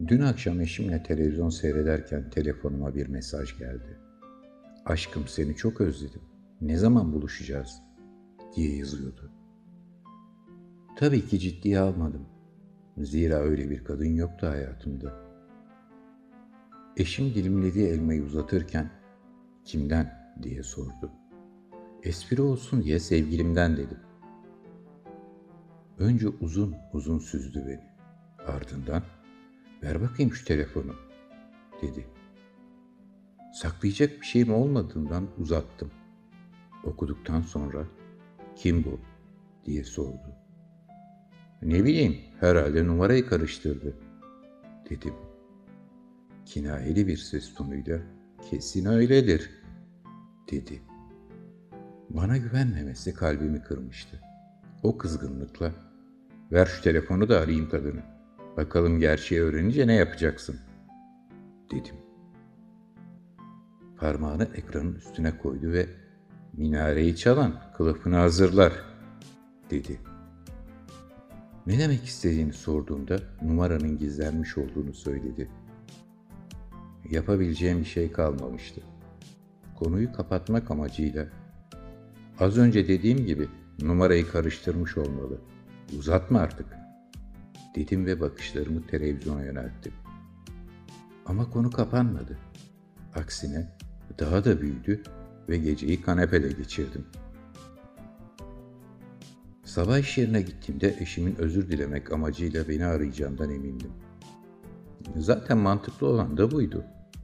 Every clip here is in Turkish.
Dün akşam eşimle televizyon seyrederken telefonuma bir mesaj geldi. "Aşkım, seni çok özledim. Ne zaman buluşacağız?" diye yazıyordu. Tabii ki ciddiye almadım. Zira öyle bir kadın yoktu hayatımda. Eşim dilimlediği elmayı uzatırken "Kimden?" diye sordu. "Espri olsun diye sevgilimden," dedim. Önce uzun uzun süzdü beni. Ardından "Ver bakayım şu telefonu," dedi. Saklayacak bir şeyim olmadığından uzattım. Okuduktan sonra "Kim bu?" diye sordu. "Ne bileyim, herhalde numarayı karıştırdı," dedim. Kinayeli bir ses tonuyla "Kesin öyledir," dedi. Bana güvenmemesi kalbimi kırmıştı. O kızgınlıkla "Ver şu telefonu da arayayım kadını. Bakalım gerçeği öğrenince ne yapacaksın?" dedim. Parmağını ekranın üstüne koydu ve "Minareyi çalan kılıfını hazırlar," dedi. Ne demek istediğini sorduğumda numaranın gizlenmiş olduğunu söyledi. Yapabileceğim bir şey kalmamıştı. Konuyu kapatmak amacıyla "Az önce dediğim gibi numarayı karıştırmış olmalı. Uzatma artık," dedim ve bakışlarımı televizyona yönelttim. Ama konu kapanmadı. Aksine daha da büyüdü ve geceyi kanepede geçirdim. Sabah iş yerine gittiğimde eşimin özür dilemek amacıyla beni arayacağından emindim. Zaten mantıklı olan da buydu.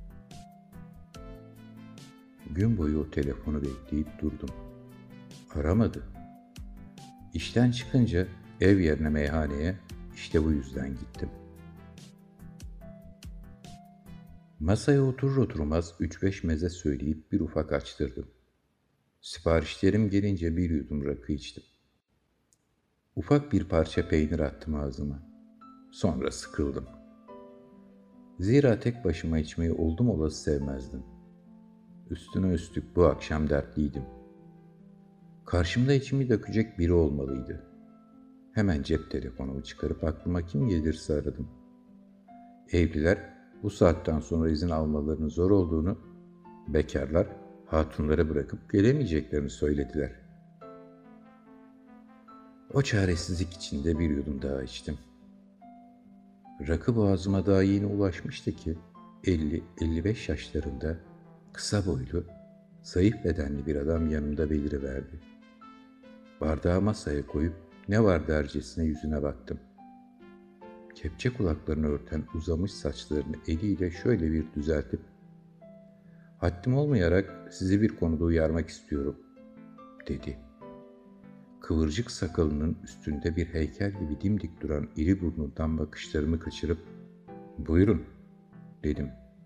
Gün boyu o telefonu bekleyip durdum. Aramadı. İşten çıkınca ev yerine meyhaneye işte bu yüzden gittim. Masaya oturur oturmaz 3-5 meze söyleyip bir ufak açtırdım. Siparişlerim gelince bir yudum rakı içtim. Ufak bir parça peynir attım ağzıma. Sonra sıkıldım. Zira tek başıma içmeyi oldum olası sevmezdim. Üstüne üstlük bu akşam dertliydim. Karşımda içimi dökecek biri olmalıydı. Hemen cep telefonumu çıkarıp aklıma kim gelirse aradım. Evliler bu saatten sonra izin almalarının zor olduğunu, bekarlar hatunları bırakıp gelemeyeceklerini söylediler. O çaresizlik içinde bir yudum daha içtim. Rakı boğazıma daha yeni ulaşmıştı ki 50-55 yaşlarında kısa boylu, zayıf bedenli bir adam yanımda beliriverdi. Bardağı masaya koyup ne var dercesine yüzüne baktım. Kepçe kulaklarını örten uzamış saçlarını eliyle şöyle bir düzeltip "Haddim olmayarak sizi bir konuda uyarmak istiyorum," dedi. Kıvırcık sakalının üstünde bir heykel gibi dimdik duran iri burnundan bakışlarımı kaçırıp "Buyurun," dedim.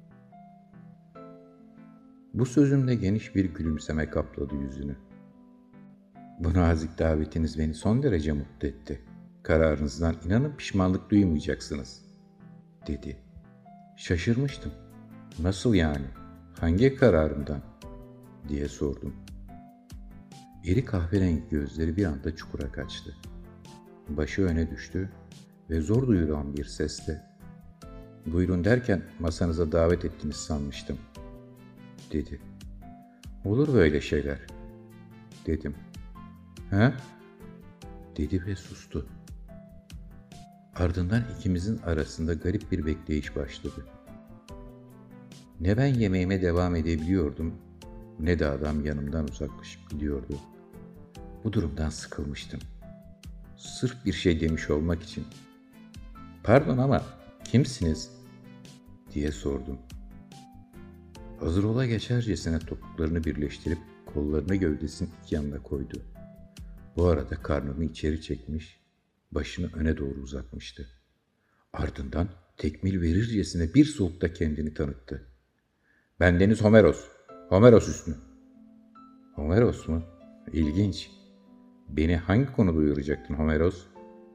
Bu sözümle geniş bir gülümseme kapladı yüzünü. "Bu nazik davetiniz beni son derece mutlu etti. Kararınızdan inanın pişmanlık duymayacaksınız," dedi. Şaşırmıştım. "Nasıl yani? Hangi kararımdan?" diye sordum. İri kahverengi gözleri bir anda çukura kaçtı. Başı öne düştü ve zor duyulan bir sesle "Buyurun derken masanıza davet ettiniz sanmıştım," dedi. "Olur böyle şeyler," dedim. "Ha?" dedi ve sustu. Ardından ikimizin arasında garip bir bekleyiş başladı. Ne ben yemeğime devam edebiliyordum, ne de adam yanımdan uzaklaşıp gidiyordu. Bu durumdan sıkılmıştım. Sırf bir şey demiş olmak için "Pardon ama kimsiniz?" diye sordum. Hazır ola geçercesine topuklarını birleştirip kollarını gövdesinin iki yanına koydu. Bu arada karnını içeri çekmiş, başını öne doğru uzatmıştı. Ardından tekmil verircesine bir solukta kendini tanıttı. "Bendeniz Homeros, Homeros Hüsnü." "Homeros mu? İlginç. Beni hangi konuda uyaracaktın Homeros?"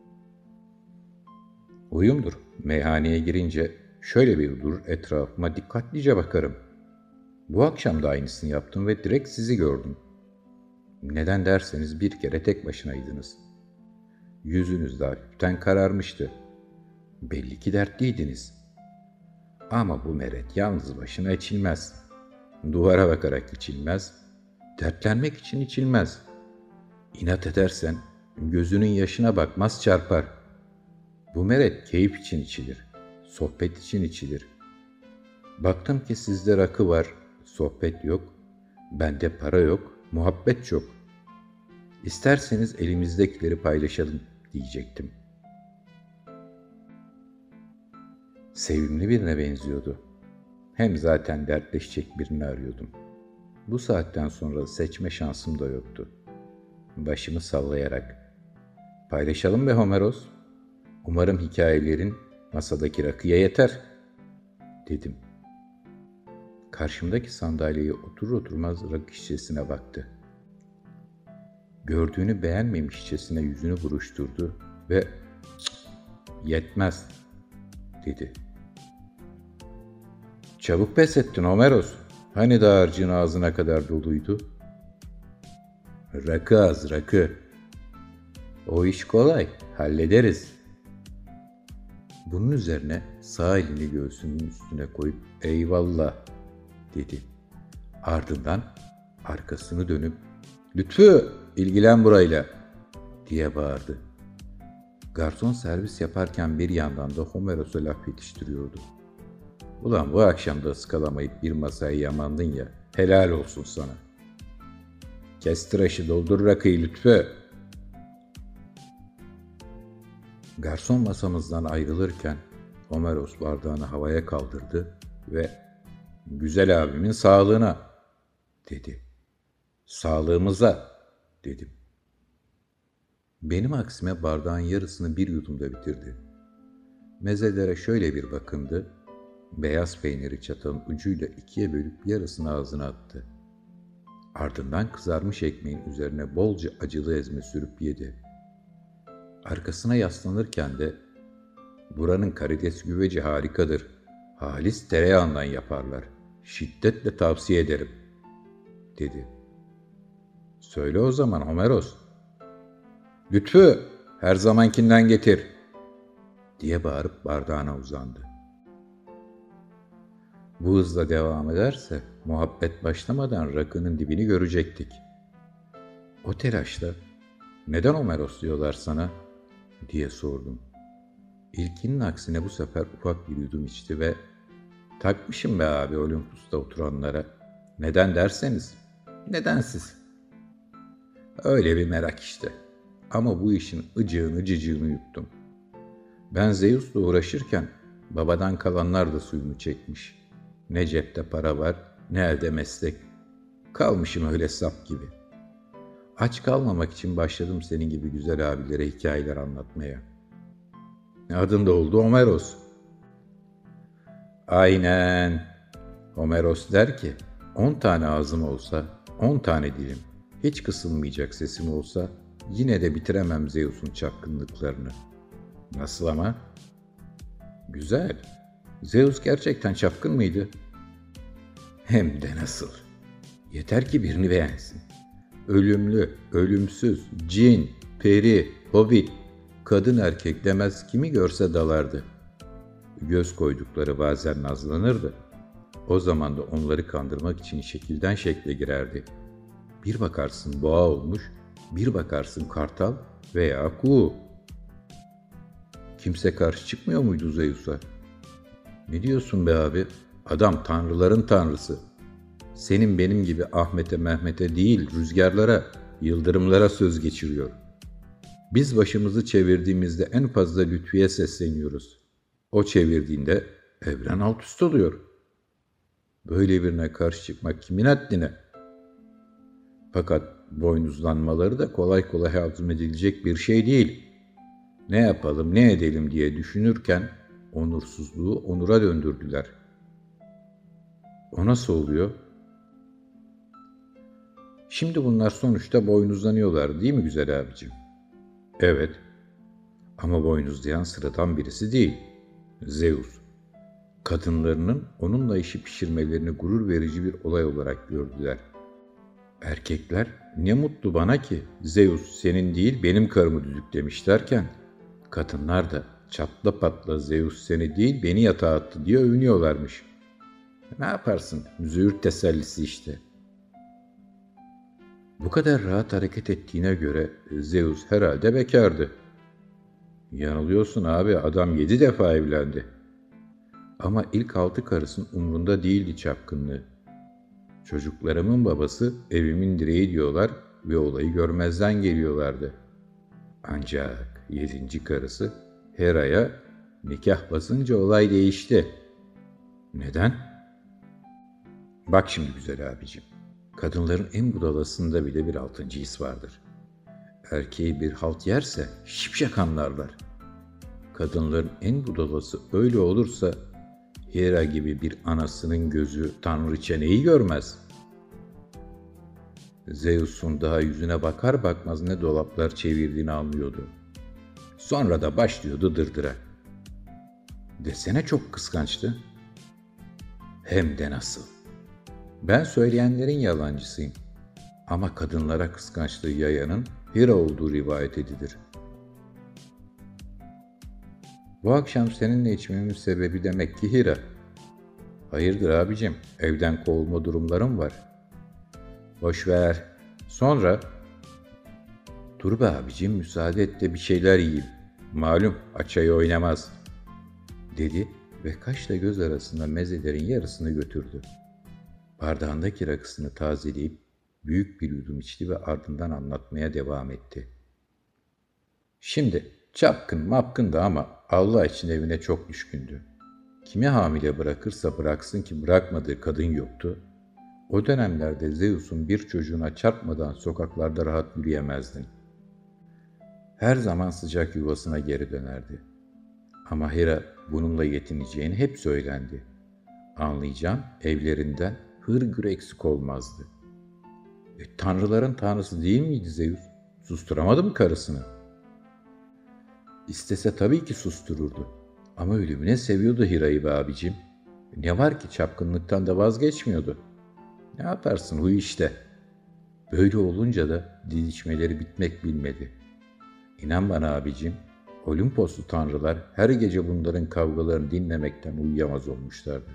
"Huyumdur. Meyhaneye girince şöyle bir durur etrafıma dikkatlice bakarım. Bu akşam da aynısını yaptım ve direkt sizi gördüm. Neden derseniz bir kere tek başınaydınız. Yüzünüz de hafiften kararmıştı. Belli ki dertliydiniz. Ama bu meret yalnız başına içilmez. Duvara bakarak içilmez. Dertlenmek için içilmez. İnat edersen gözünün yaşına bakmaz çarpar. Bu meret keyif için içilir. Sohbet için içilir. Baktım ki sizde rakı var, sohbet yok. Bende para yok, muhabbet çok. İsterseniz elimizdekileri paylaşalım diyecektim. Sevimli birine benziyordu. Hem zaten dertleşecek birini arıyordum. Bu saatten sonra seçme şansım da yoktu. Başımı sallayarak, "Paylaşalım be Homeros. Umarım hikayelerin masadaki rakıya yeter," dedim. Karşımdaki sandalyeye oturur oturmaz rakı şişesine baktı. Gördüğünü beğenmemişçesine yüzünü buruşturdu ve "Yetmez," dedi. "Çabuk pes ettin Homeros. Hani dağarcığın ağzına kadar doluydu?" "Rakı az, rakı. O iş kolay, hallederiz." Bunun üzerine sağ elini göğsünün üstüne koyup "Eyvallah," dedi. Ardından arkasını dönüp "Lütfü, ilgilen burayla," diye bağırdı. Garson servis yaparken bir yandan da Homeros'a laf yetiştiriyordu. "Ulan bu akşam da ıskalamayıp bir masayı yamandın ya, helal olsun sana. Kes tıraşı, doldur rakıyı Lütfü." Garson masamızdan ayrılırken Homeros bardağını havaya kaldırdı ve "Güzel abimin sağlığına," dedi. "Sağlığımıza," dedim. Benim aksime bardağın yarısını bir yudumda bitirdi. Mezelere şöyle bir bakındı. Beyaz peyniri çatalın ucuyla ikiye bölüp yarısını ağzına attı. Ardından kızarmış ekmeğin üzerine bolca acılı ezme sürüp yedi. Arkasına yaslanırken de "Buranın karides güveci harikadır. Halis tereyağından yaparlar. Şiddetle tavsiye ederim," dedi. "Söyle o zaman Homeros." "Lütfü, her zamankinden getir," diye bağırıp bardağına uzandı. Bu hızla devam ederse muhabbet başlamadan rakının dibini görecektik. O telaşla "Neden Homeros diyorlar sana?" diye sordum. İlkinin aksine bu sefer ufak bir yudum içti ve "Takmışım be abi Olympus'ta oturanlara. Neden derseniz, nedensiz. Öyle bir merak işte. Ama bu işin ıcığını cıcığını yuttum. Ben Zeus'la uğraşırken babadan kalanlar da suyunu çekmiş. Ne cepte para var, ne elde meslek. Kalmışım öyle sap gibi. Aç kalmamak için başladım senin gibi güzel abilere hikayeler anlatmaya. Adın da oldu Homeros." "Aynen. Homeros der ki, 10 tane ağzım olsa, 10 tane dilim, hiç kısılmayacak sesim olsa, yine de bitiremem Zeus'un çapkınlıklarını. Nasıl ama?" "Güzel. Zeus gerçekten çapkın mıydı?" "Hem de nasıl. Yeter ki birini beğensin. Ölümlü, ölümsüz, cin, peri, hobbit, kadın erkek demez kimi görse dalardı. Göz koydukları bazen nazlanırdı. O zaman da onları kandırmak için şekilden şekle girerdi. Bir bakarsın boğa olmuş, bir bakarsın kartal veya kuğu. Kimse karşı çıkmıyor muydu Zeus'a?" "Ne diyorsun be abi? Adam tanrıların tanrısı. Senin benim gibi Ahmet'e Mehmet'e değil rüzgarlara, yıldırımlara söz geçiriyor. Biz başımızı çevirdiğimizde en fazla Lütfü'ye sesleniyoruz. O çevirdiğinde evren alt üst oluyor. Böyle birine karşı çıkmak kimin haddine? Fakat boynuzlanmaları da kolay kolay hazmedilecek bir şey değil. Ne yapalım, ne edelim diye düşünürken onursuzluğu onura döndürdüler." "O nasıl oluyor?" "Şimdi bunlar sonuçta boynuzlanıyorlar değil mi güzel abicim?" "Evet. Ama boynuzlayan sıradan birisi değil. Zeus. Kadınlarının onunla işi pişirmelerini gurur verici bir olay olarak gördüler. Erkekler ne mutlu bana ki Zeus senin değil benim karımı düdüklemiş derken kadınlar da çatla patla Zeus seni değil beni yatağa attı diye övünüyorlarmış. Ne yaparsın? Züğürt tesellisi işte. Bu kadar rahat hareket ettiğine göre Zeus herhalde bekardı. Yanılıyorsun abi, adam 7 defa evlendi. Ama ilk 6 karısının umrunda değildi çapkınlığı. Çocuklarımın babası evimin direği diyorlar ve olayı görmezden geliyorlardı. Ancak 7. karısı Hera'ya nikah basınca olay değişti. Neden? Bak şimdi güzel abicim. Kadınların en budalasında bile bir 6. his vardır. Erkeği bir halt yerse şipşak anlarlar. Kadınların en budalası öyle olursa Hera gibi bir anasının gözü tanrıça neyi görmez? Zeus'un daha yüzüne bakar bakmaz ne dolaplar çevirdiğini anlıyordu. Sonra da başlıyordu dırdıra. Desene çok kıskançtı. Hem de nasıl. Ben söyleyenlerin yalancısıyım. Ama kadınlara kıskançlığı yayanın Hera olduğu rivayet edilir. Bu akşam seninle içmemin sebebi demek ki Hera. Hayırdır abicim, evden kovulma durumlarım var. Boş ver. Sonra? Dur be abicim, müsaade et de bir şeyler yiyeyim. Malum açayı oynamaz. Dedi ve kaşla göz arasında mezelerin yarısını götürdü. Bardağındaki rakısını tazeleyip büyük bir yudum içti ve ardından anlatmaya devam etti. Şimdi çapkın mapkındı ama Allah için evine çok düşkündü. Kimi hamile bırakırsa bıraksın ki bırakmadığı kadın yoktu. O dönemlerde Zeus'un bir çocuğuna çarpmadan sokaklarda rahat yürüyemezdin. Her zaman sıcak yuvasına geri dönerdi. Ama Hera bununla yetineceğini hep söylendi. Anlayacağım, evlerinden hırgür eksik olmazdı. Tanrıların tanrısı değil miydi Zeus? Susturamadı mı karısını? İstese tabii ki sustururdu. Ama ölümüne seviyordu Hera'yı be abicim. Ne var ki çapkınlıktan da vazgeçmiyordu. Ne yaparsın huy işte. Böyle olunca da didişmeleri bitmek bilmedi. İnan bana abicim, Olimposlu tanrılar her gece bunların kavgalarını dinlemekten uyuyamaz olmuşlardı.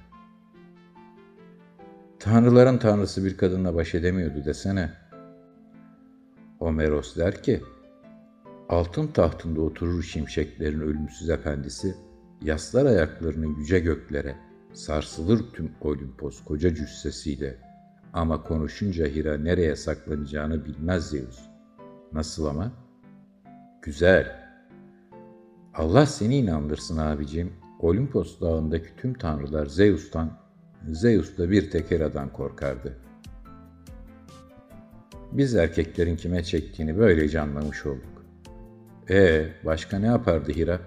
Tanrıların tanrısı bir kadınla baş edemiyordu desene. Homeros der ki, altın tahtında oturur şimşeklerin ölümsüz efendisi, yaslar ayaklarını yüce göklere, sarsılır tüm Olimpos koca cüssesiyle. Ama konuşunca Hera nereye saklanacağını bilmez Zeus. Nasıl ama? Güzel. Allah seni inandırsın abicim. Olimpos dağındaki tüm tanrılar Zeus'tan, Zeus da bir tek Hera'dan korkardı. Biz erkeklerin kime çektiğini böylece anlamış olduk. Başka ne yapardı Hera?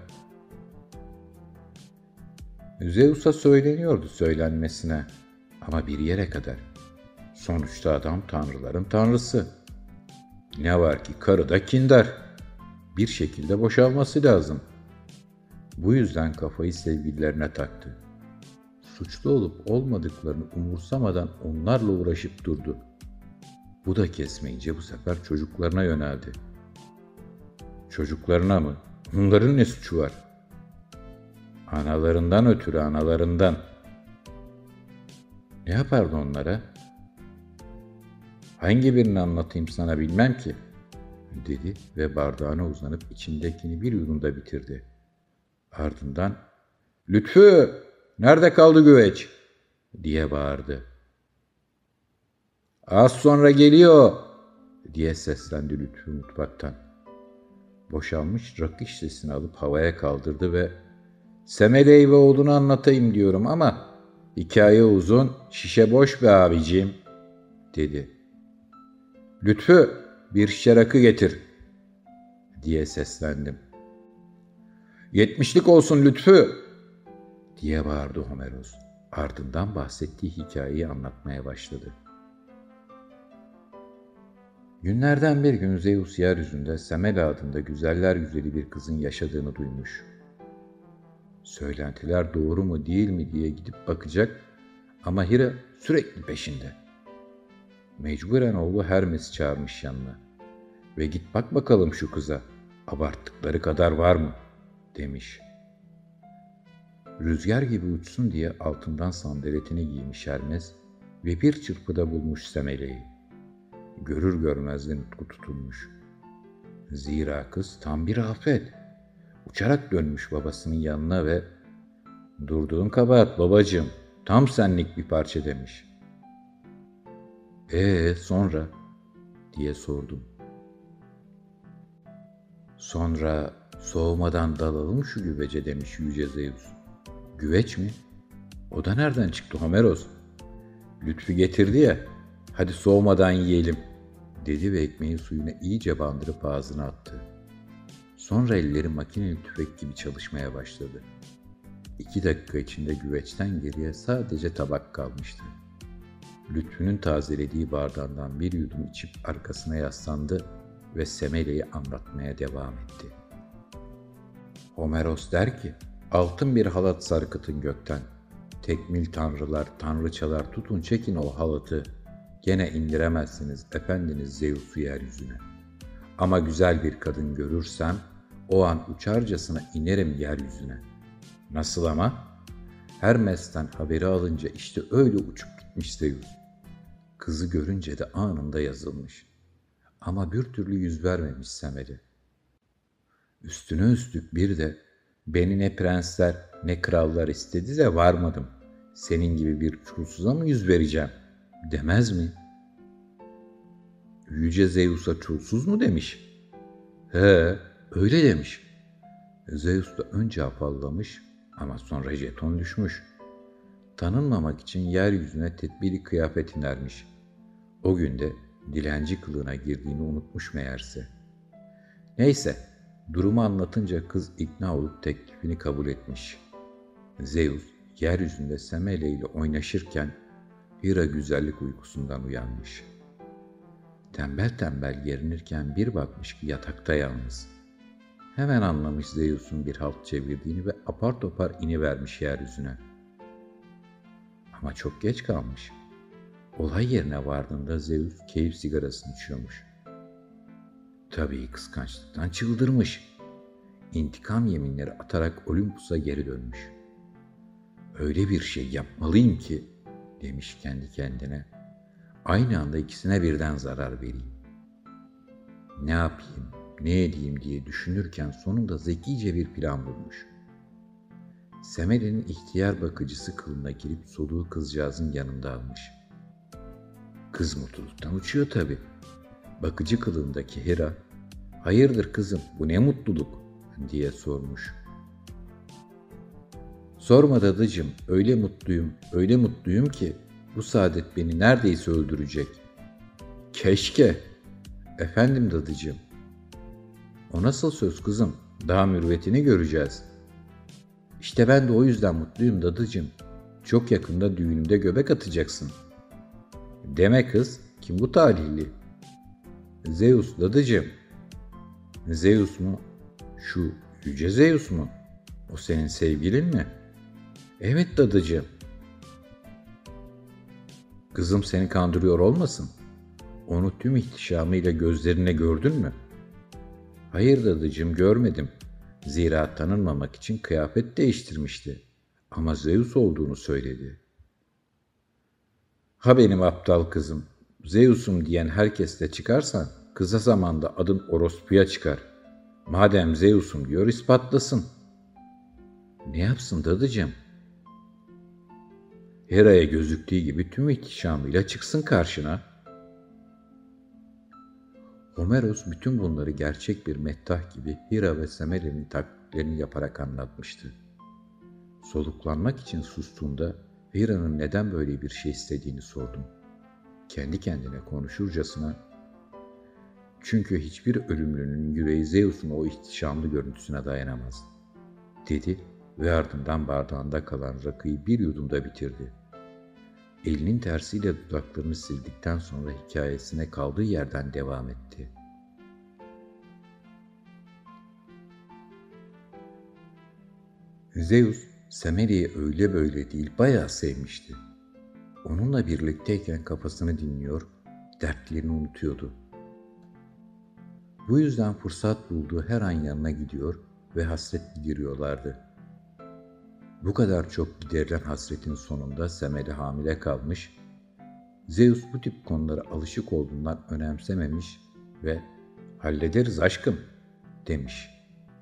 Zeus'a söyleniyordu söylenmesine ama bir yere kadar. Sonuçta adam tanrıların tanrısı. Ne var ki karı da kindar. Bir şekilde boşalması lazım. Bu yüzden kafayı sevgililerine taktı. Suçlu olup olmadıklarını umursamadan onlarla uğraşıp durdu. Bu da kesmeyince bu sefer çocuklarına yöneldi. Çocuklarına mı? Onların ne suçu var? Analarından ötürü analarından. Ne yapardı onlara? Hangi birini anlatayım sana bilmem ki, dedi ve bardağına uzanıp içindekini bir yudumda bitirdi. Ardından, Lütfü, nerede kaldı güveç? Diye bağırdı. Az sonra geliyor, diye seslendi Lütfü mutfaktan. Boşalmış rakı şişesini alıp havaya kaldırdı ve Semele'yi ve oğlunu anlatayım diyorum ama hikaye uzun, şişe boş be abicim, dedi. Lütfü, bir şişe rakı getir, diye seslendim. 70'lik olsun Lütfü, diye bağırdı Homeros. Ardından bahsettiği hikayeyi anlatmaya başladı. Günlerden bir gün Zeus yeryüzünde Semele adında güzeller güzeli bir kızın yaşadığını duymuş. Söylentiler doğru mu değil mi diye gidip bakacak ama Hera sürekli peşinde. Mecburen oğlu Hermes'i çağırmış yanına ve git bak bakalım şu kıza, abarttıkları kadar var mı demiş. Rüzgar gibi uçsun diye altından sandaletini giymiş Hermes ve bir çırpıda bulmuş Semele'yi. Görür görmez de nutku tutulmuş. Zira kız tam bir afet. Uçarak dönmüş babasının yanına ve "Durduğun kabahat babacığım, tam senlik bir parça" demiş. Sonra?" diye sordum. "Sonra soğumadan dalalım şu güvece" demiş Yüce Zeus. "Güveç mi? O da nereden çıktı Homeros? Lütfü getirdi ya, hadi soğumadan yiyelim" dedi ve ekmeği suyuna iyice bandırıp ağzına attı. Sonra elleri makineli tüfek gibi çalışmaya başladı. 2 dakika içinde güveçten geriye sadece tabak kalmıştı. Lütfü'nün tazelediği bardağından bir yudum içip arkasına yaslandı ve Semele'yi anlatmaya devam etti. Homeros der ki, altın bir halat sarkıtın gökten. Tekmil tanrılar, tanrıçalar tutun çekin o halatı. Gene indiremezsiniz efendiniz Zeus'u yeryüzüne. Ama güzel bir kadın görürsem, o an uçarcasına inerim yeryüzüne. Nasıl ama? Hermes'ten haberi alınca işte öyle uçup gitmiş Zeus. Kızı görünce de anında yazılmış. Ama bir türlü yüz vermemiş Semele. Üstüne üstlük bir de beni ne prensler ne krallar istedi de varmadım. Senin gibi bir çulsuza mı yüz vereceğim demez mi? Yüce Zeus'a çulsuz mu demiş? Öyle demiş. Zeus da önce afallamış ama sonra jeton düşmüş. Tanınmamak için yeryüzüne tedbiri kıyafet inermiş. O gün de dilenci kılığına girdiğini unutmuş meğerse. Neyse, durumu anlatınca kız ikna olup teklifini kabul etmiş. Zeus, yeryüzünde Semele ile oynaşırken Hera güzellik uykusundan uyanmış. Tembel tembel gerinirken bir bakmış ki yatakta yalnız. Hemen anlamış Zeus'un bir halt çevirdiğini ve apar topar inivermiş yeryüzüne. Ama çok geç kalmış. Olay yerine vardığında Zeus keyif sigarasını içiyormuş. Tabii kıskançlıktan çıldırmış. İntikam yeminleri atarak Olympus'a geri dönmüş. Öyle bir şey yapmalıyım ki demiş kendi kendine. Aynı anda ikisine birden zarar vereyim. Ne yapayım, ne edeyim diye düşünürken sonunda zekice bir plan bulmuş. Semele'nin ihtiyar bakıcısı kılığına girip soluğu kızcağızın yanında almış. Kız mutluluktan uçuyor tabii. Bakıcı kılığındaki Hera, "Hayırdır kızım, bu ne mutluluk?" diye sormuş. "Sorma dadıcığım, öyle mutluyum ki bu saadet beni neredeyse öldürecek." "Keşke." "Efendim dadıcığım." "O nasıl söz kızım, daha mürüvvetini göreceğiz." "İşte ben de o yüzden mutluyum dadıcığım. Çok yakında düğünümde göbek atacaksın." "Deme kız, kim bu talihli?" "Zeus dadıcığım." "Zeus mu? Şu yüce Zeus mu? O senin sevgilin mi?" "Evet dadıcığım." "Kızım seni kandırıyor olmasın? Onu tüm ihtişamıyla gözlerine gördün mü?" "Hayır dadıcığım, görmedim. Zira tanınmamak için kıyafet değiştirmişti. Ama Zeus olduğunu söyledi." "Ha benim aptal kızım, Zeus'um diyen herkesle çıkarsan kısa zamanda adın orospuya çıkar. Madem Zeus'um diyor ispatlasın." "Ne yapsın dadıcığım?" "Hera'ya gözüktüğü gibi tüm ihtişamıyla çıksın karşına." Homeros bütün bunları gerçek bir meddah gibi Hera ve Semele'nin taklitlerini yaparak anlatmıştı. Soluklanmak için sustuğunda Hera'nın neden böyle bir şey istediğini sordum. Kendi kendine konuşurcasına, "Çünkü hiçbir ölümlünün yüreği Zeus'un o ihtişamlı görüntüsüne dayanamaz," dedi ve ardından bardağında kalan rakıyı bir yudumda bitirdi. Elinin tersiyle dudaklarını sildikten sonra hikayesine kaldığı yerden devam etti. Zeus, Semele'yi öyle böyle değil bayağı sevmişti. Onunla birlikteyken kafasını dinliyor, dertlerini unutuyordu. Bu yüzden fırsat bulduğu her an yanına gidiyor ve hasret gideriyorlardı. Bu kadar çok giderilen hasretin sonunda Semele hamile kalmış, Zeus bu tip konulara alışık olduğundan önemsememiş ve "Hallederiz aşkım" demiş.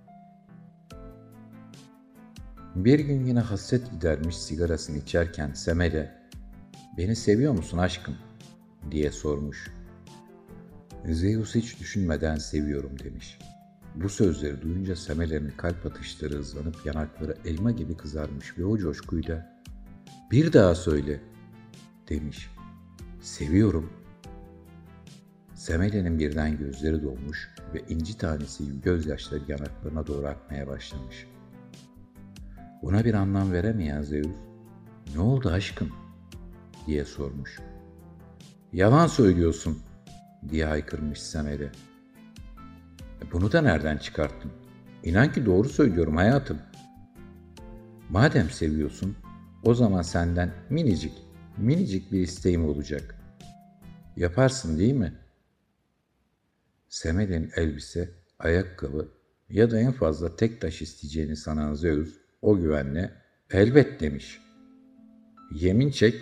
Bir gün yine hasret gidermiş sigarasını içerken Semele, "Beni seviyor musun aşkım?" diye sormuş. Zeus hiç düşünmeden "Seviyorum" demiş. Bu sözleri duyunca Semele'nin kalp atışları hızlanıp yanakları elma gibi kızarmış ve o coşkuyla "Bir daha söyle" demiş. "Seviyorum." Semele'nin birden gözleri dolmuş ve inci tanesi gibi gözyaşları yanaklarına doğru akmaya başlamış. Buna bir anlam veremeyen Zeus, "Ne oldu aşkım?" diye sormuş. "Yalan söylüyorsun" diye haykırmış Semele. "Bunu da nereden çıkarttın? İnan ki doğru söylüyorum hayatım." "Madem seviyorsun, o zaman senden minicik bir isteğim olacak. Yaparsın değil mi?" Semele'nin elbise, ayakkabı ya da en fazla tek taş isteyeceğini sanan Zeus o güvenle "Elbet" demiş. "Yemin çek."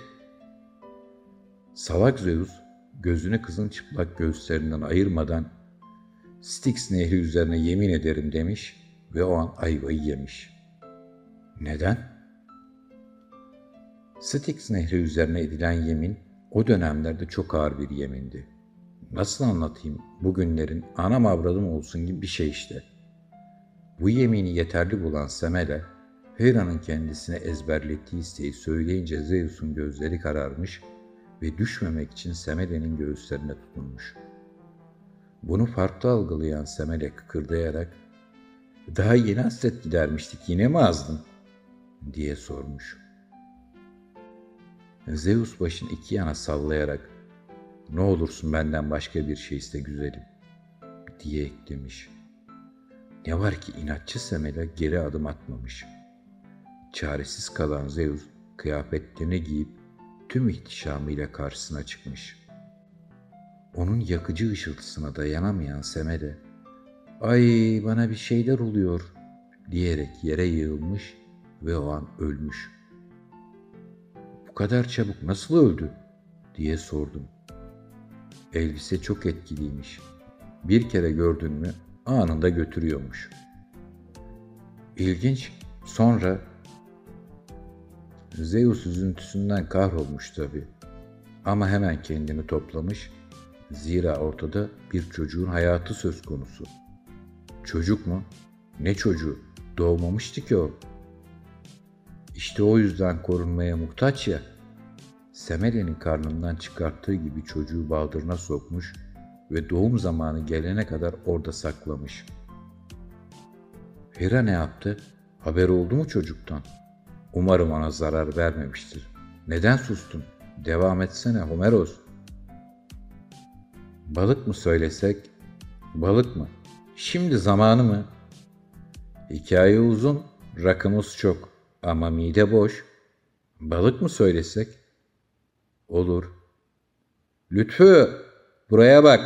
Salak Zeus gözünü kızın çıplak göğüslerinden ayırmadan "Styx nehri üzerine yemin ederim" demiş ve o an ayvayı yemiş. Neden? Styx nehri üzerine edilen yemin o dönemlerde çok ağır bir yemindi. Nasıl anlatayım, bugünlerin anam avradım olsun gibi bir şey işte. Bu yemini yeterli bulan Semele, Hera'nın kendisine ezberlettiği isteği söyleyince Zeus'un gözleri kararmış ve düşmemek için Semele'nin göğüslerine tutunmuş. Bunu farklı algılayan Semele kıkırdayarak "Daha yeni hasret gidermiştik, yine mi azdın?" diye sormuş. Zeus başını iki yana sallayarak "Ne olursun benden başka bir şey iste güzelim" diye eklemiş. Ne var ki inatçı Semele geri adım atmamış. Çaresiz kalan Zeus kıyafetlerini giyip tüm ihtişamıyla karşısına çıkmış. Onun yakıcı ışıltısına dayanamayan Semele, "Ay bana bir şeyler oluyor" diyerek yere yığılmış ve o an ölmüş. "Bu kadar çabuk nasıl öldü?" diye sordum. Elbise çok etkiliymiş. Bir kere gördün mü anında götürüyormuş. İlginç. Sonra Zeus üzüntüsünden kahrolmuş tabii. Ama hemen kendini toplamış. Zira ortada bir çocuğun hayatı söz konusu. Çocuk mu? Ne çocuğu? Doğmamıştı ki o. İşte o yüzden korunmaya muhtaç ya. Semele'nin karnından çıkarttığı gibi çocuğu baldırına sokmuş ve doğum zamanı gelene kadar orada saklamış. Hera ne yaptı? Haber oldu mu çocuktan? Umarım ona zarar vermemiştir. Neden sustun? Devam etsene Homeros. Balık mı söylesek? Balık mı? Şimdi zamanı mı? Hikaye uzun, rakımız çok ama mide boş. Balık mı söylesek? Olur. Lütfü, buraya bak.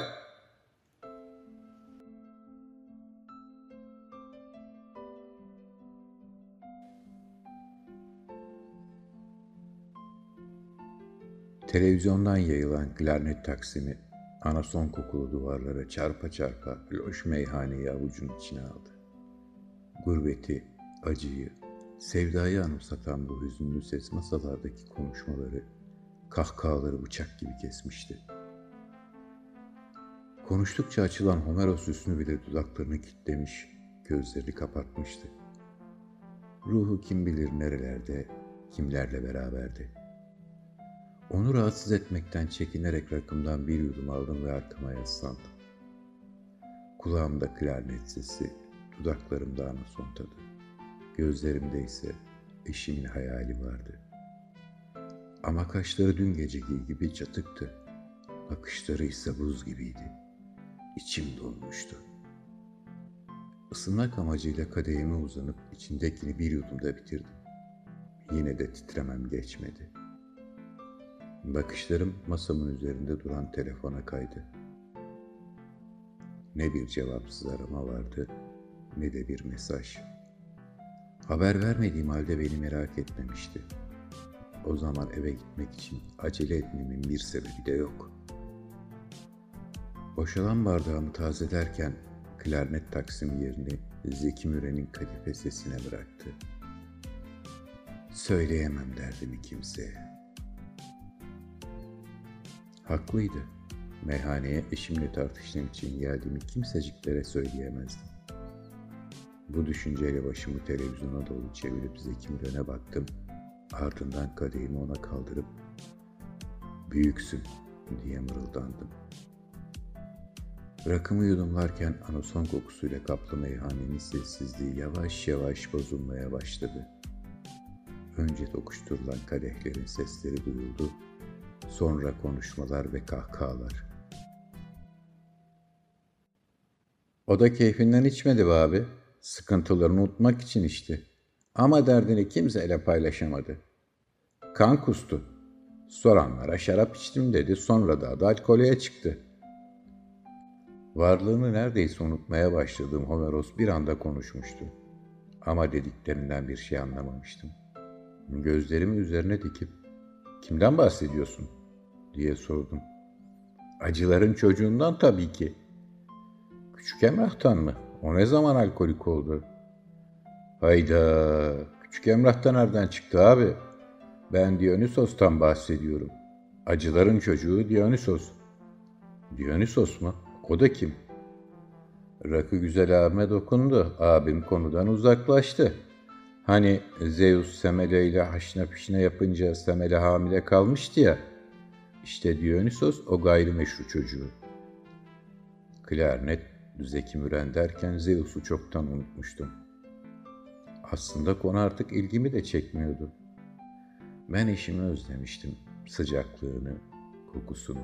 Televizyondan yayılan klarnet taksimi anason kokulu duvarlara çarpa çarpa loş meyhaneyi avucun içine aldı. Gurbeti, acıyı, sevdayı anımsatan bu hüzünlü ses masalardaki konuşmaları, kahkahaları bıçak gibi kesmişti. Konuştukça açılan Homeros üstünü bile dudaklarını kilitlemiş, gözlerini kapatmıştı. Ruhu kim bilir nerelerde, kimlerle beraberdi. Onu rahatsız etmekten çekinerek rakımdan bir yudum aldım ve arkama yaslandım. Kulağımda klarnet sesi, dudaklarımda anason tadı. Gözlerimde ise eşimin hayali vardı. Ama kaşları dün geceki gibi çatıktı. Bakışları ise buz gibiydi. İçim donmuştu. Isınmak amacıyla kadehime uzanıp içindekini bir yudumda bitirdim. Yine de titremem geçmedi. Bakışlarım masamın üzerinde duran telefona kaydı. Ne bir cevapsız arama vardı, ne de bir mesaj. Haber vermediğim halde beni merak etmemişti. O zaman eve gitmek için acele etmemin bir sebebi de yok. Boşalan bardağımı tazelerken klarnet taksim yerini Zeki Müren'in kadife sesine bıraktı. Söyleyemem derdimi kimseye. Haklıydı. Meyhaneye eşimle tartıştığım için geldiğimi kimseciklere söyleyemezdim. Bu düşünceyle başımı televizyona doğru çevirip Zeki Müren'e baktım. Ardından kadehimi ona kaldırıp "Büyüksün" diye mırıldandım. Rakımı yudumlarken anason kokusuyla kaplı meyhanenin sessizliği yavaş yavaş bozulmaya başladı. Önce tokuşturulan kadehlerin sesleri duyuldu, sonra konuşmalar ve kahkahalar. "O da keyfinden içmedi be abi. Sıkıntılarını unutmak için içti. Ama derdini kimseyle paylaşamadı. Kan kustu. Soranlara şarap içtim dedi, sonra da alkoleye çıktı." Varlığını neredeyse unutmaya başladığım Homeros bir anda konuşmuştu. Ama dediklerinden bir şey anlamamıştım. Gözlerimi üzerine dikip "Kimden bahsediyorsun?" diye sordum. "Acıların çocuğundan tabii ki." "Küçük Emrah'tan mı? O ne zaman alkolik oldu?" "Hayda, Küçük Emrah'tan nereden çıktı abi? Ben Dionysos'tan bahsediyorum. Acıların çocuğu Dionysos." "Dionysos mu? O da kim?" "Rakı güzel abime dokundu. Abim konudan uzaklaştı. Hani Zeus Semele ile haşna pişne yapınca Semele hamile kalmıştı ya. İşte Dionysos o gayrimeşru çocuğu." Klarnet, Zeki Müren derken Zeus'u çoktan unutmuştum. Aslında konu artık ilgimi de çekmiyordu. Ben eşimi özlemiştim, sıcaklığını, kokusunu.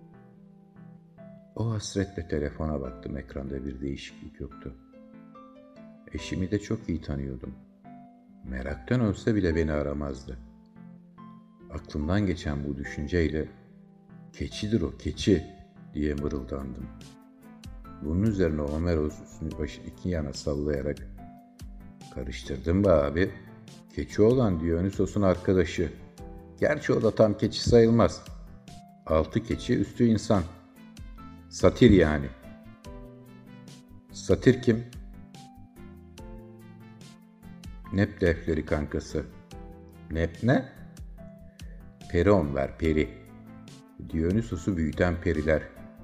O hasretle telefona baktım, ekranda bir değişiklik yoktu. Eşimi de çok iyi tanıyordum. Meraktan ölse bile beni aramazdı. Aklımdan geçen bu düşünceyle "Keçidir o, keçi" diye mırıldandım. Bunun üzerine Homeros üstünü başını iki yana sallayarak "Karıştırdın be abi. Keçi olan Dionysos'un arkadaşı. Gerçi o da tam keçi sayılmaz. Altı keçi, üstü insan. Satir yani." "Satir kim?" "Nep defleri kankası." "Nep ne?" "Peri onlar, peri. Dionysos'u büyüten periler."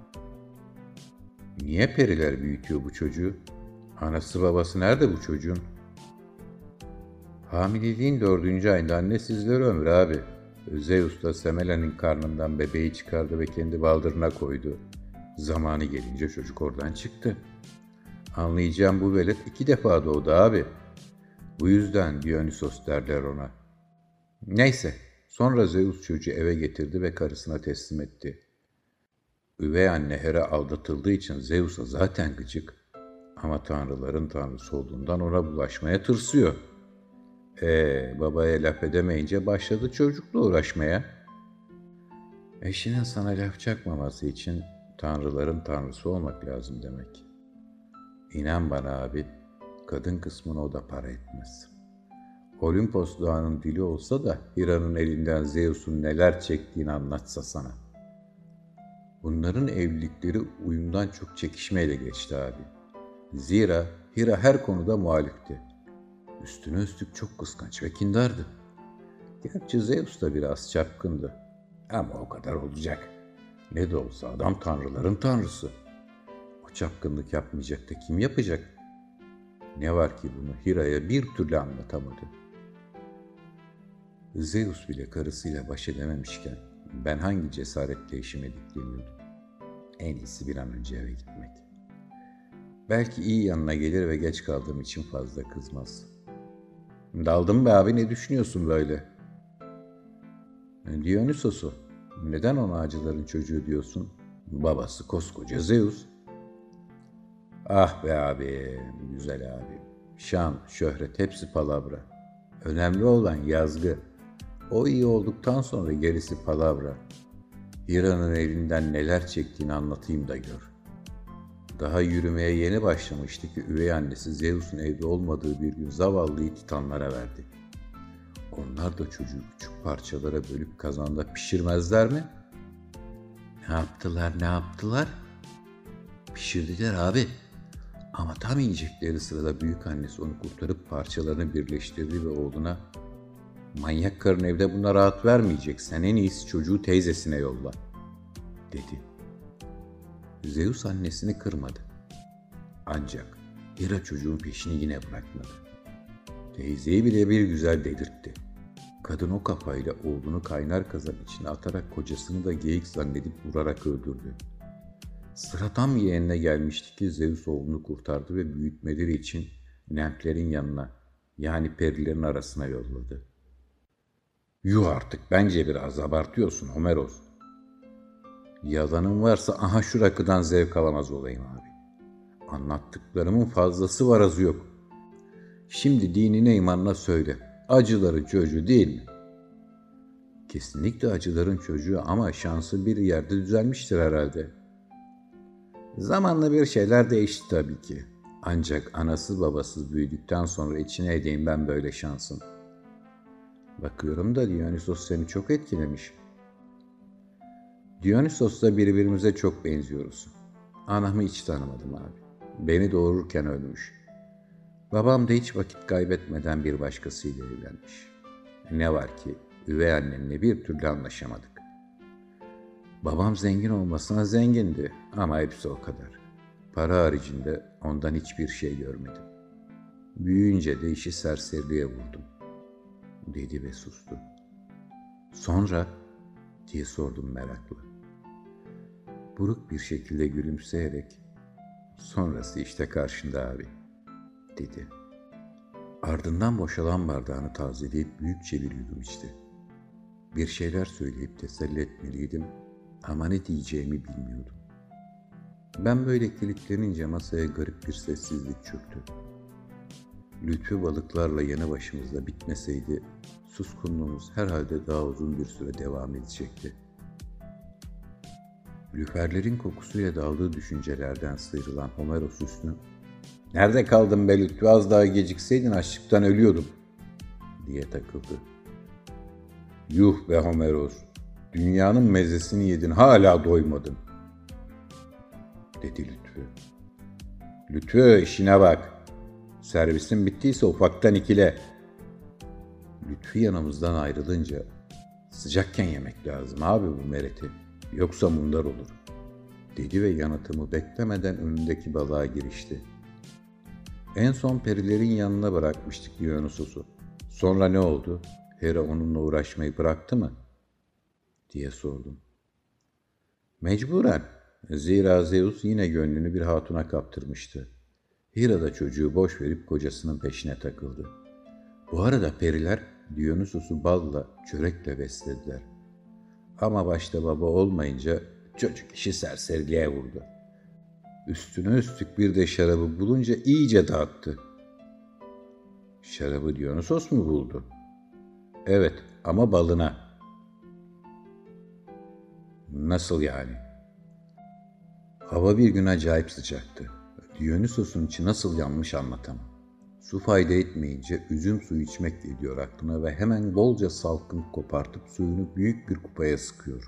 "Niye periler büyütüyor bu çocuğu? Anası babası nerede bu çocuğun?" "Hamileliğin 4. ayında annesizler ömrü abi. Zeus da Semela'nın karnından bebeği çıkardı ve kendi baldırına koydu. Zamanı gelince çocuk oradan çıktı. Anlayacağım bu velet 2 defa doğdu abi. Bu yüzden Dionysos derler ona." Neyse, sonra Zeus çocuğu eve getirdi ve karısına teslim etti. Üvey anne Hera aldatıldığı için Zeus'a zaten gıcık. Ama tanrıların tanrısı olduğundan ona bulaşmaya tırsıyor. Babaya laf edemeyince başladı çocukla uğraşmaya. Eşinin sana laf çakmaması için tanrıların tanrısı olmak lazım demek. İnan bana abi, kadın kısmına o da para etmez. Olimpos dağının dili olsa da Hira'nın elinden Zeus'un neler çektiğini anlatsa sana. Bunların evlilikleri uyumdan çok çekişmeyle geçti abi. Zira Hira her konuda muhalifti. Üstüne üstlük çok kıskanç ve kindardı. Gerçi Zeus da biraz çapkındı. Ama o kadar olacak. Ne de olsa adam tanrıların tanrısı. O çapkınlık yapmayacak da kim yapacak? Ne var ki bunu Hira'ya bir türlü anlatamadı. Zeus bile karısıyla baş edememişken ben hangi cesaretle işime dikleniyordum? En iyisi bir an önce eve gitmek. Belki iyi yanına gelir ve geç kaldığım için fazla kızmaz. "Daldım be abi, ne düşünüyorsun böyle?" "Dionysos'u. Neden ona acıların çocuğu diyorsun? Babası koskoca Zeus." "Ah be abi, güzel abi. Şan, şöhret hepsi palavra. Önemli olan yazgı. O iyi olduktan sonra gerisi palavra. Hira'nın elinden neler çektiğini anlatayım da gör." Daha yürümeye yeni başlamıştı ki üvey annesi Zeus'un evde olmadığı bir gün zavallıyı Titanlara verdi. Onlar da çocuğu küçük parçalara bölüp kazanda pişirmezler mi? Ne yaptılar? Pişirdiler abi. Ama tam yiyecekleri sırada büyük annesi onu kurtarıp parçalarını birleştirdi ve oğluna "Manyak karın evde buna rahat vermeyecek. Sen en iyisi çocuğu teyzesine yolla," dedi. Zeus annesini kırmadı. Ancak Hera çocuğun peşini yine bırakmadı. Teyzeyi bile bir güzel delirtti. Kadın o kafayla oğlunu kaynar kazan içine atarak kocasını da geyik zannedip vurarak öldürdü. Sıra tam yeğenine gelmişti ki Zeus oğlunu kurtardı ve büyütmeleri için nymflerin yanına, yani perilerin arasına yolladı. "Yuh artık, bence biraz abartıyorsun Homeros. Yalanın varsa aha şu rakıdan zevk alamaz olayım abi. Anlattıklarımın fazlası var azı yok. Şimdi dinine imanına söyle. Acıların çocuğu değil mi?" "Kesinlikle acıların çocuğu ama şansı bir yerde düzelmiştir herhalde." "Zamanla bir şeyler değişti tabii ki. Ancak anasız babasız büyüdükten sonra içine edeyim ben böyle şansın. Bakıyorum da Dionysos seni çok etkilemiş." "Dionysos'la birbirimize çok benziyoruz. Anamı hiç tanımadım abi. Beni doğururken ölmüş. Babam da hiç vakit kaybetmeden bir başkasıyla evlenmiş. Ne var ki üvey annemle bir türlü anlaşamadık. Babam zengin olmasına zengindi ama hepsi o kadar. Para haricinde ondan hiçbir şey görmedim. Büyüyünce de işi serseriliğe vurdum," dedi ve sustu. "Sonra?" diye sordum merakla. Buruk bir şekilde gülümseyerek "Sonrası işte karşında abi," dedi. Ardından boşalan bardağını tazeleyip büyükçe bir yudum içti. Bir şeyler söyleyip teselli etmeliydim ama ne diyeceğimi bilmiyordum. Ben böyle kilitlenince masaya garip bir sessizlik çöktü. Lütfü balıklarla yanı başımızda bitmeseydi suskunluğumuz herhalde daha uzun bir süre devam edecekti. Lüferlerin kokusuyla daldığı düşüncelerden sıyrılan Homeros Hüsnü, "Nerede kaldın be Lütfü, az daha gecikseydin açlıktan ölüyordum," diye takıldı. "Yuh be Homeros, dünyanın mezesini yedin hala doymadın," dedi Lütfü. "Lütfü işine bak. Servisin bittiyse ufaktan ikile." Lütfü yanımızdan ayrılınca "Sıcakken yemek lazım abi bu mereti. Yoksa mundar olur," dedi ve yanıtımı beklemeden önündeki balığa girişti. "En son perilerin yanına bırakmıştık Dionysos'u. Sonra ne oldu? Hera onunla uğraşmayı bıraktı mı?" diye sordum. "Mecburen. Zira Zeus yine gönlünü bir hatuna kaptırmıştı. Hera da çocuğu boş verip kocasının peşine takıldı. Bu arada periler Dionysos'u balla, çörekle beslediler. Ama başta baba olmayınca çocuk işi serseriliğe vurdu. Üstüne üstlük bir de şarabı bulunca iyice dağıttı." "Şarabı Dionysos mu buldu?" "Evet ama balına." "Nasıl yani?" "Hava bir gün acayip sıcaktı. Dionysos'un içi nasıl yanmış anlatamam. Su fayda etmeyince üzüm suyu içmek geliyor aklına ve hemen bolca salkım kopartıp suyunu büyük bir kupaya sıkıyor.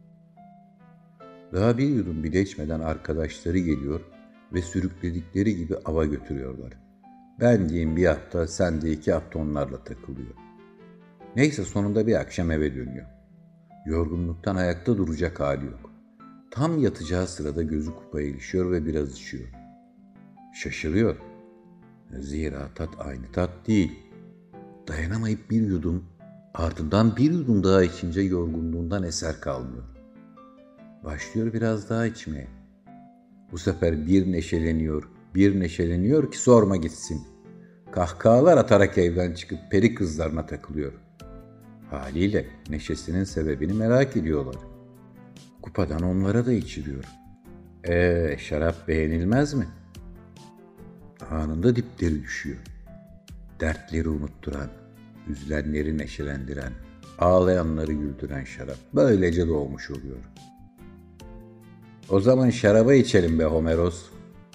Daha bir yudum bile içmeden arkadaşları geliyor ve sürükledikleri gibi ava götürüyorlar. Ben diyeyim bir hafta, sen de 2 hafta onlarla takılıyor. Neyse sonunda bir akşam eve dönüyor. Yorgunluktan ayakta duracak hali yok. Tam yatacağı sırada gözü kupaya ilişiyor ve biraz içiyor. Şaşırıyor. Zira tat aynı tat değil. Dayanamayıp bir yudum, ardından bir yudum daha içince yorgunluğundan eser kalmıyor. Başlıyor biraz daha içmeye. Bu sefer bir neşeleniyor ki sorma gitsin. Kahkahalar atarak evden çıkıp peri kızlarına takılıyor. Haliyle neşesinin sebebini merak ediyorlar. Kupadan onlara da içiriyor. Şarap beğenilmez mi? Anında dipleri düşüyor. Dertleri unutturan, üzülenleri neşelendiren, ağlayanları güldüren şarap böylece doğmuş oluyor. "O zaman şaraba içelim be Homeros,"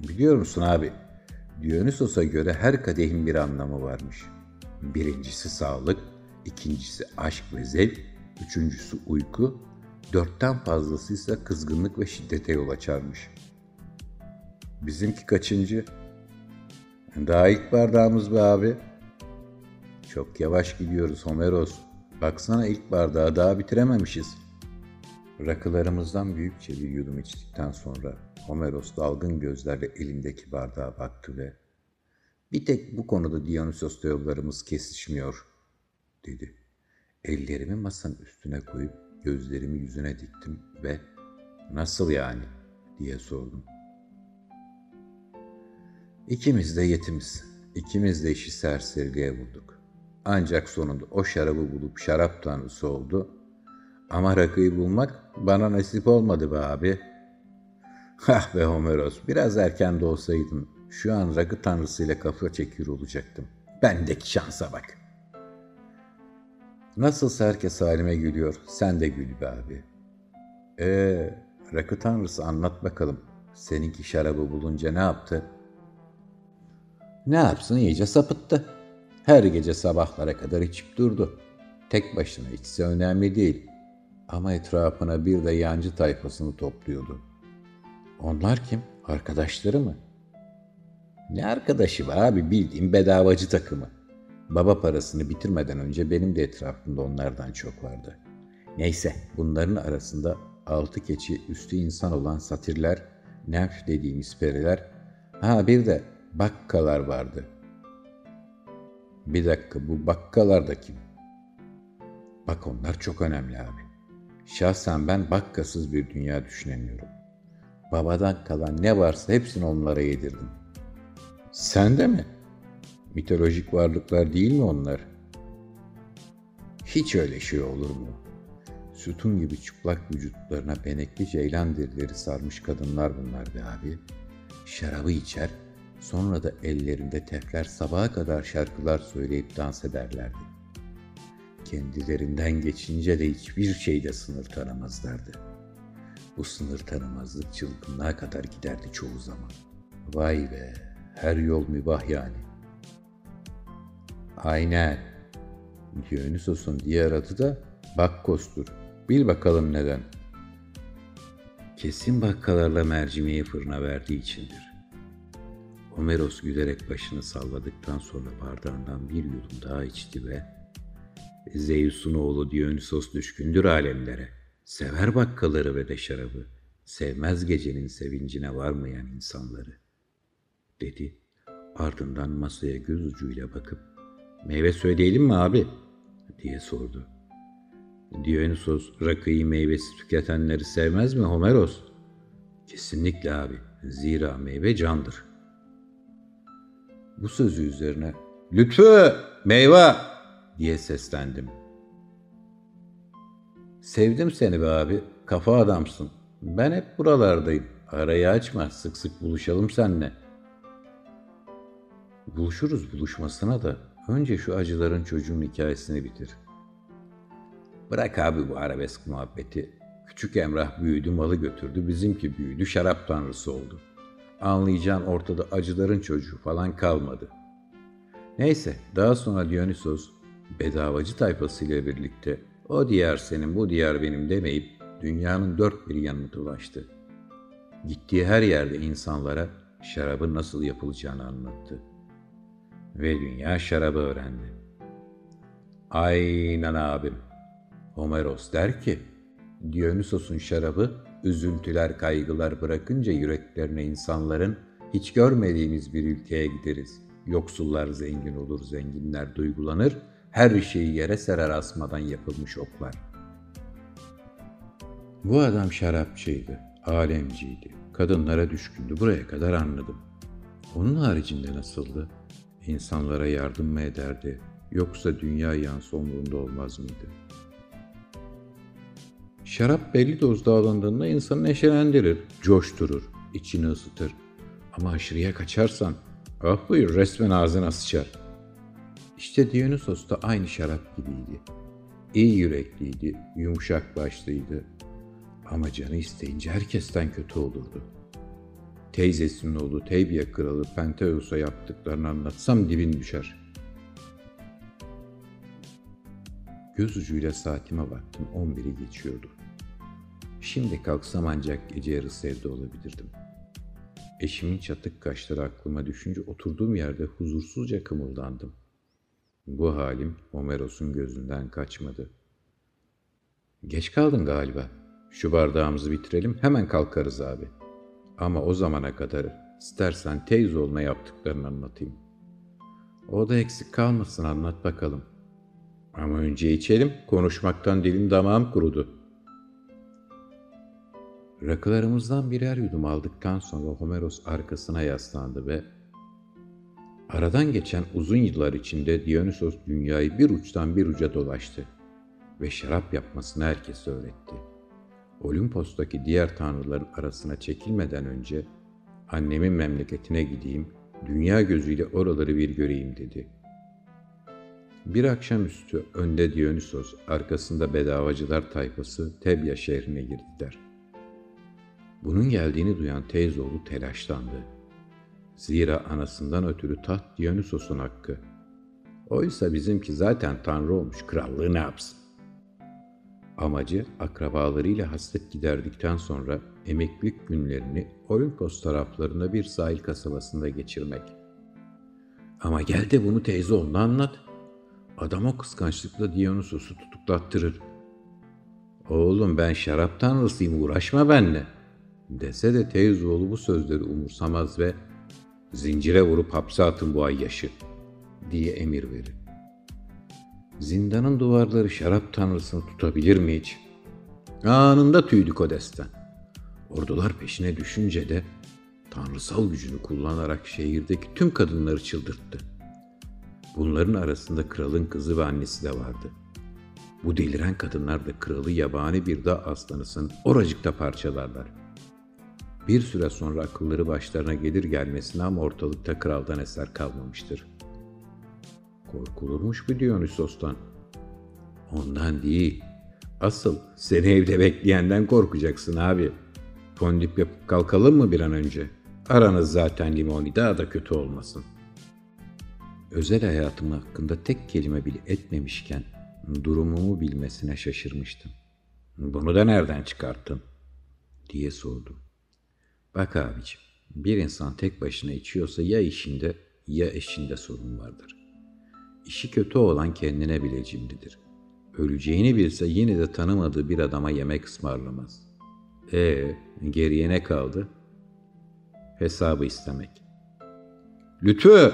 Biliyor musun abi? Dionysos'a göre her kadehin bir anlamı varmış. Birincisi sağlık, ikincisi aşk ve zevk, üçüncüsü uyku, dörtten fazlası ise kızgınlık ve şiddete yol açarmış. Bizimki kaçıncı? Daha ilk bardağımız be abi. Çok yavaş gidiyoruz Homeros. Baksana ilk bardağı daha bitirememişiz. Rakılarımızdan büyükçe bir yudum içtikten sonra Homeros dalgın gözlerle elindeki bardağa baktı ve "Bir tek bu konuda Dionysos'la yollarımız kesişmiyor," dedi. Ellerimi masanın üstüne koyup gözlerimi yüzüne diktim ve "Nasıl yani?" diye sordum. "İkimiz de yetimiz, ikimiz de işi serseriliğe vurduk. Ancak sonunda o şarabı bulup şarap tanrısı oldu. Ama rakıyı bulmak bana nasip olmadı be abi." "Hah be Homeros, biraz erken de olsaydın şu an rakı tanrısıyla kafa çekiyor olacaktım. Bendeki şansa bak." "Nasılsa herkes halime gülüyor, sen de gül be abi." Rakı tanrısı anlat bakalım. Seninki şarabı bulunca ne yaptı?" "Ne yapsın, iyice sapıttı. Her gece sabahlara kadar içip durdu. Tek başına içse önemli değil. Ama etrafına bir de yancı tayfasını topluyordu." "Onlar kim? Arkadaşları mı?" "Ne arkadaşı var abi, bildiğim bedavacı takımı. Baba parasını bitirmeden önce benim de etrafımda onlardan çok vardı. Neyse, bunların arasında altı keçi üstü insan olan satirler, nemf dediğimiz periler, bir de bakkalar vardı." "Bir dakika, bu bakkalar da kim?" "Bak onlar çok önemli abi. Şahsen ben bakkasız bir dünya düşünemiyorum. Babadan kalan ne varsa hepsini onlara yedirdim." "Sen de mi? Mitolojik varlıklar değil mi onlar?" "Hiç öyle şey olur mu? Sütun gibi çıplak vücutlarına benekli ceylan derileri sarmış kadınlar bunlar be abi. Şarabı içer, sonra da ellerinde tefler sabaha kadar şarkılar söyleyip dans ederlerdi. Kendilerinden geçince de hiçbir şeyde sınır tanımazlardı. Bu sınır tanımazlık çılgınlığa kadar giderdi çoğu zaman. Vay be, her yol mübah yani." "Aynen. Dionysos'un diğer adı da Bakkos'tur. Bil bakalım neden?" "Kesin bakkalarla mercimeği fırına verdiği içindir." Homeros gülerek başını salladıktan sonra bardağından bir yudum daha içti ve "Zeus'un oğlu Dionysos düşkündür alemlere. Sever bakkaları ve de şarabı. Sevmez gecenin sevincine varmayan insanları," dedi. Ardından masaya göz ucuyla bakıp "Meyve söyleyelim mi abi?" diye sordu. "Dionysos rakıyı meyvesi tüketenleri sevmez mi Homeros?" "Kesinlikle abi. Zira meyve candır." Bu sözü üzerine "Lütfü, meyve!" diye seslendim. "Sevdim seni be abi. Kafa adamsın. Ben hep buralardayım. Arayı açma. Sık sık buluşalım seninle." "Buluşuruz buluşmasına da önce şu acıların çocuğun hikayesini bitir." "Bırak abi bu arabesk muhabbeti. Küçük Emrah büyüdü, malı götürdü. Bizimki büyüdü, şarap tanrısı oldu. Anlayacağın ortada acıların çocuğu falan kalmadı." Neyse, daha sonra Dionysos bedavacı tayfasıyla birlikte "O diyar senin, bu diyar benim" demeyip dünyanın dört bir yanını dolaştı. Gittiği her yerde insanlara şarabın nasıl yapılacağını anlattı. Ve dünya şarabı öğrendi. "Aynen abim. Homeros der ki, Dionysos'un şarabı üzüntüler, kaygılar bırakınca yüreklerine insanların hiç görmediğimiz bir ülkeye gideriz. Yoksullar zengin olur, zenginler duygulanır, her şeyi yere serer asmadan yapılmış oklar." Bu adam şarapçıydı, alemciydi, kadınlara düşkündü, buraya kadar anladım. Onun haricinde nasıldı? İnsanlara yardım mı ederdi, yoksa dünya yansı umurunda olmaz mıydı? Şarap belli dozda alındığında insanı neşelendirir, coşturur, içini ısıtır. Ama aşırıya kaçarsan, ah buyur resmen ağzına sıçar. İşte Dionysos da aynı şarap gibiydi. İyi yürekliydi, yumuşak başlıydı. Ama canı isteyince herkesten kötü olurdu. teyzesinin oğlu Teybiye kralı Pentheus'a yaptıklarını anlatsam dibin düşer. Göz ucuyla saatime baktım, 11'i geçiyordu. Şimdi kalksam ancak gece yarısı evde olabilirdim. Eşimin çatık kaşları aklıma düşünce oturduğum yerde huzursuzca kımıldandım. Bu halim Homeros'un gözünden kaçmadı. Geç kaldın galiba. Şu bardağımızı bitirelim, hemen kalkarız abi. Ama o zamana kadar istersen teyzeoğluna yaptıklarını anlatayım. O da eksik kalmasın, anlat bakalım. Ama önce içelim, konuşmaktan dilim damağım kurudu. Rakılarımızdan birer yudum aldıktan sonra Homeros arkasına yaslandı ve aradan geçen uzun yıllar içinde Dionysos dünyayı bir uçtan bir uca dolaştı ve şarap yapmasını herkese öğretti. Olimpos'taki diğer tanrıların arasına çekilmeden önce annemin memleketine gideyim, dünya gözüyle oraları bir göreyim dedi. Bir akşamüstü önde Dionysos, arkasında bedavacılar tayfası Tebya şehrine girdiler. Bunun geldiğini duyan teyzeoğlu telaşlandı. Zira anasından ötürü taht Dionysos'un hakkı. Oysa bizimki zaten tanrı olmuş, krallığı ne yapsın? Amacı akrabalarıyla hasret giderdikten sonra emeklilik günlerini Olimpos taraflarında bir sahil kasabasında geçirmek. Ama gel de bunu teyzeoğluna anlat. Adam o kıskançlıkla Dionysos'u tutuklattırır. Oğlum ben şarap tanrısıyım, uğraşma benimle dese de teyzeoğlu bu sözleri umursamaz ve zincire vurup hapse atın bu ayyaşı diye emir verir. Zindanın duvarları şarap tanrısını tutabilir mi hiç? Anında tüydük o desten. Ordular peşine düşünce de tanrısal gücünü kullanarak şehirdeki tüm kadınları çıldırttı. Bunların arasında kralın kızı ve annesi de vardı. Bu deliren kadınlar da kralı yabani bir dağ aslanısın oracıkta parçalarlar. Bir süre sonra akılları başlarına gelir gelmesine ama ortalıkta kraldan eser kalmamıştır. Korkulurmuş bu Dionysos'tan. Ondan değil. Asıl seni evde bekleyenden korkacaksın abi. Fondip yapıp kalkalım mı bir an önce? Aranız zaten limoni, daha da kötü olmasın. Özel hayatım hakkında tek kelime bile etmemişken durumumu bilmesine şaşırmıştım. Bunu da nereden çıkarttın? Diye sordum. Bak abicim, bir insan tek başına içiyorsa ya işinde ya eşinde sorun vardır. İşi kötü olan kendine bile cimridir. Öleceğini bilse yine de tanımadığı bir adama yemek ısmarlamaz. Geriye ne kaldı? Hesabı istemek. Lütfü!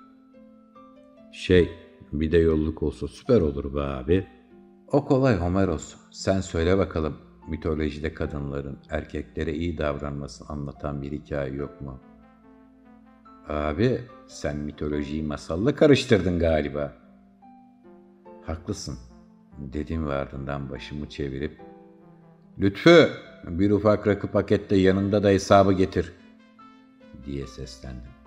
Bir de yolluk olsa süper olur be abi. O kolay Homeros. Sen söyle bakalım, mitolojide kadınların erkeklere iyi davranmasını anlatan bir hikaye yok mu? Abi sen mitolojiyi masalla karıştırdın galiba. Haklısın dedim ve ardından başımı çevirip Lütfü bir ufak rakı pakette yanında da hesabı getir diye seslendim.